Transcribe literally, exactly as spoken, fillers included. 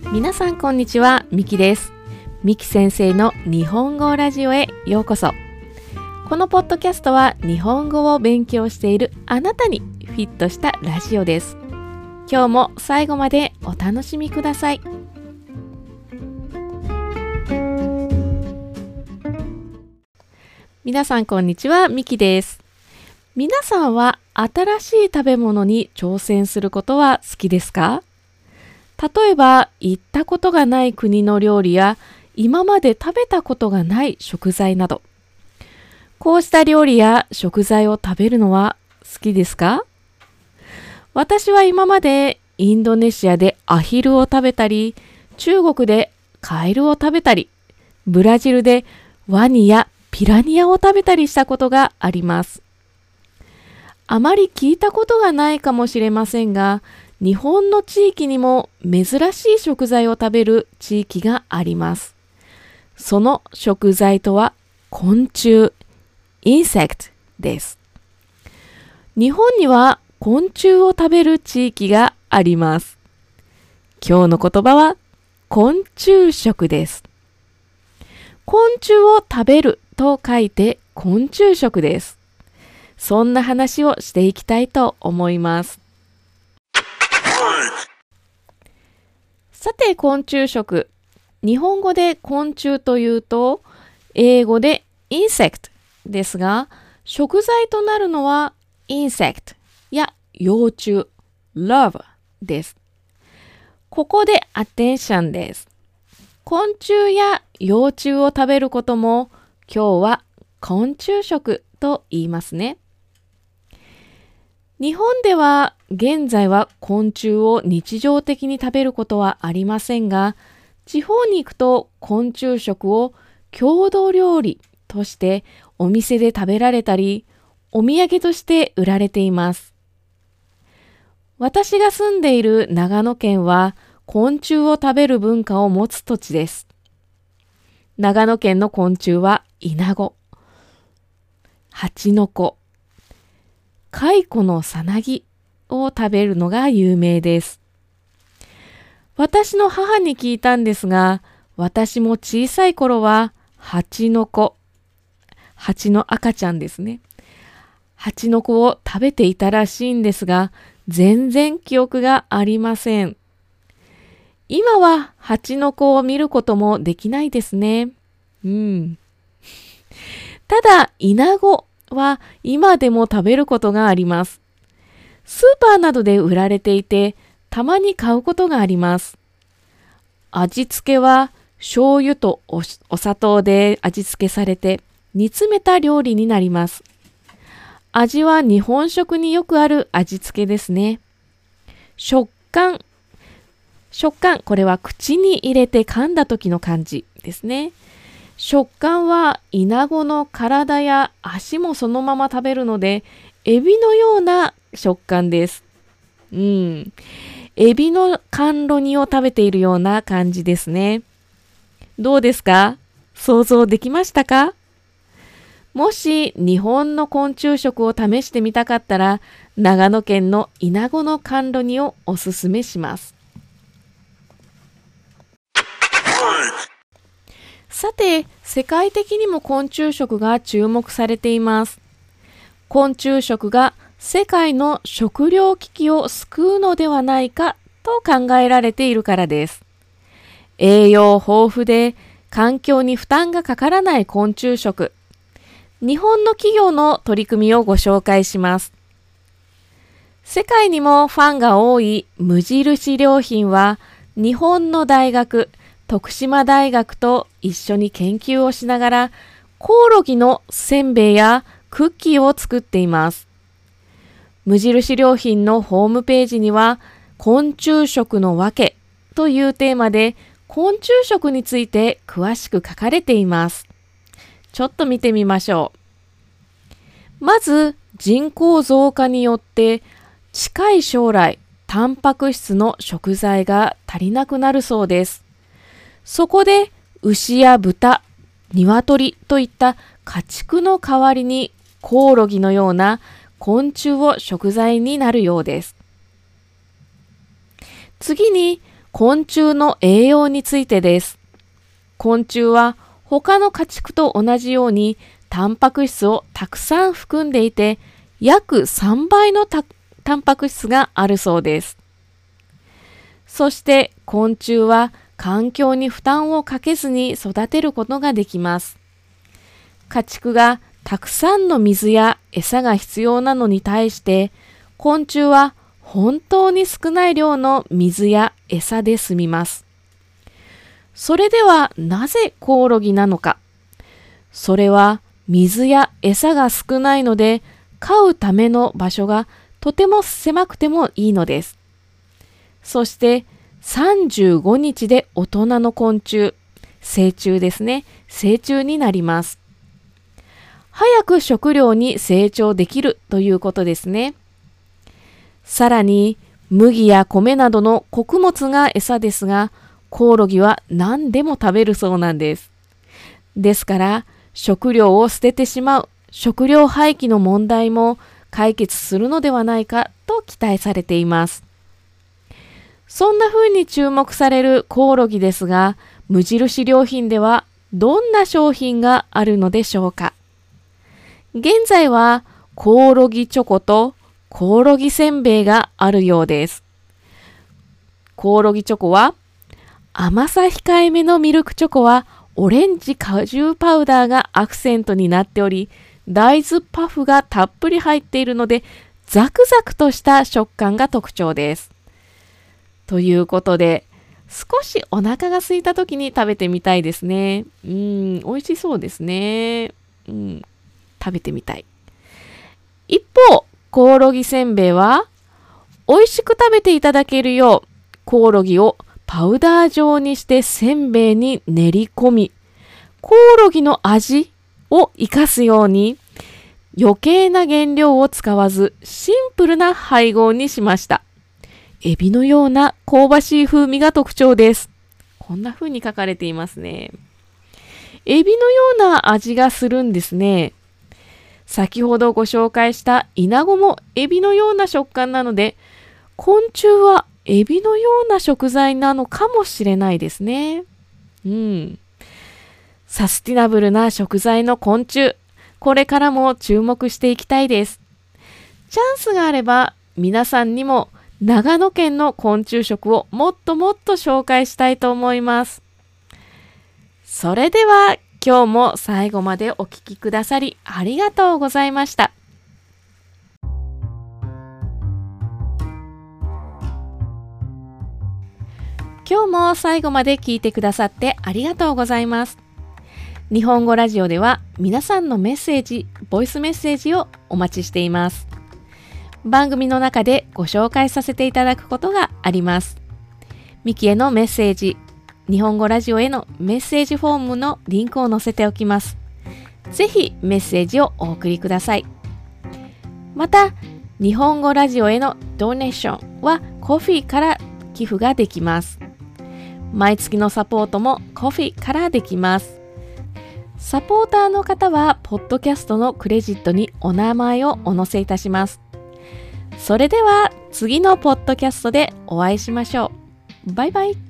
皆さんこんにちは、みきです。みき先生の日本語ラジオへようこそ。このポッドキャストは日本語を勉強しているあなたにフィットしたラジオです。今日も最後までお楽しみください。皆さんこんにちは、みきです。皆さんは新しい食べ物に挑戦することは好きですか？例えば行ったことがない国の料理や今まで食べたことがない食材など、こうした料理や食材を食べるのは好きですか？私は今までインドネシアでアヒルを食べたり、中国でカエルを食べたり、ブラジルでワニやピラニアを食べたりしたことがあります。あまり聞いたことがないかもしれませんが、日本の地域にも珍しい食材を食べる地域があります。その食材とは昆虫、インセクトです。日本には昆虫を食べる地域があります。今日の言葉は昆虫食です。昆虫を食べると書いて昆虫食です。そんな話をしていきたいと思います。さて、昆虫食。日本語で昆虫というと、英語でインセクトですが、食材となるのはインセクトや幼虫、larva です。ここでアテンションです。昆虫や幼虫を食べることも、今日は昆虫食と言いますね。日本では現在は昆虫を日常的に食べることはありませんが、地方に行くと昆虫食を郷土料理としてお店で食べられたり、お土産として売られています。私が住んでいる長野県は昆虫を食べる文化を持つ土地です。長野県の昆虫はイナゴ、ハチノコ、蚕のさなぎを食べるのが有名です。私の母に聞いたんですが、私も小さい頃はハチノコ、ハチの赤ちゃんですね。ハチノコを食べていたらしいんですが、全然記憶がありません。今はハチノコを見ることもできないですね。うん。ただ、イナゴは今でも食べることがあります。スーパーなどで売られていて、たまに買うことがあります。味付けは醤油と お, お砂糖で味付けされて煮詰めた料理になります。味は日本食によくある味付けですね。食感。食感、これは口に入れて噛んだ時の感じですね。食感はイナゴの体や足もそのまま食べるので、エビのような食感です。うん。エビの甘露煮を食べているような感じですね。どうですか？想像できましたか？もし日本の昆虫食を試してみたかったら、長野県のイナゴの甘露煮をおすすめします。さて、世界的にも昆虫食が注目されています。昆虫食が世界の食糧危機を救うのではないかと考えられているからです。栄養豊富で環境に負担がかからない昆虫食。日本の企業の取り組みをご紹介します。世界にもファンが多い無印良品は、日本の大学、徳島大学と一緒に研究をしながら、コオロギのせんべいやクッキーを作っています。無印良品のホームページには、昆虫食のわけというテーマで、昆虫食について詳しく書かれています。ちょっと見てみましょう。まず、人口増加によって近い将来、タンパク質の食材が足りなくなるそうです。そこで牛や豚、鶏といった家畜の代わりにコオロギのような昆虫を食材になるようです。次に昆虫の栄養についてです。昆虫は他の家畜と同じようにタンパク質をたくさん含んでいて、約さんばいのたタンパク質があるそうです。そして昆虫は環境に負担をかけずに育てることができます。家畜がたくさんの水や餌が必要なのに対して、昆虫は本当に少ない量の水や餌で済みます。それではなぜコオロギなのか。それは水や餌が少ないので、飼うための場所がとても狭くてもいいのです。そしてさんじゅうごにちで大人の昆虫、成虫ですね、成虫になります。早く食料に成長できるということですね。さらに麦や米などの穀物が餌ですが、コオロギは何でも食べるそうなんです。ですから食料を捨ててしまう食料廃棄の問題も解決するのではないかと期待されています。そんな風に注目されるコオロギですが、無印良品ではどんな商品があるのでしょうか。現在はコオロギチョコとコオロギせんべいがあるようです。コオロギチョコは甘さ控えめのミルクチョコはオレンジ果汁パウダーがアクセントになっており、大豆パフがたっぷり入っているのでザクザクとした食感が特徴です。ということで、少しお腹が空いた時に食べてみたいですね。うん、美味しそうですね。うん、食べてみたい。一方、コオロギせんべいは美味しく食べていただけるよう、コオロギをパウダー状にしてせんべいに練り込み、コオロギの味を生かすように余計な原料を使わずシンプルな配合にしました。エビのような香ばしい風味が特徴です。こんな風に書かれていますね。エビのような味がするんですね。先ほどご紹介したイナゴもエビのような食感なので、昆虫はエビのような食材なのかもしれないですね。うん。サスティナブルな食材の昆虫、これからも注目していきたいです。チャンスがあれば皆さんにも長野県の昆虫食をもっともっと紹介したいと思います。それでは今日も最後までお聞きくださりありがとうございました。今日も最後まで聞いてくださってありがとうございます。日本語ラジオでは皆さんのメッセージ、ボイスメッセージをお待ちしています。番組の中でご紹介させていただくことがあります。ミキへのメッセージ、日本語ラジオへのメッセージフォームのリンクを載せておきます。ぜひメッセージをお送りください。また、日本語ラジオへのドネーションはコフィーから寄付ができます。毎月のサポートもコフィーからできます。サポーターの方はポッドキャストのクレジットにお名前をお載せいたします。それでは次のポッドキャストでお会いしましょう。バイバイ。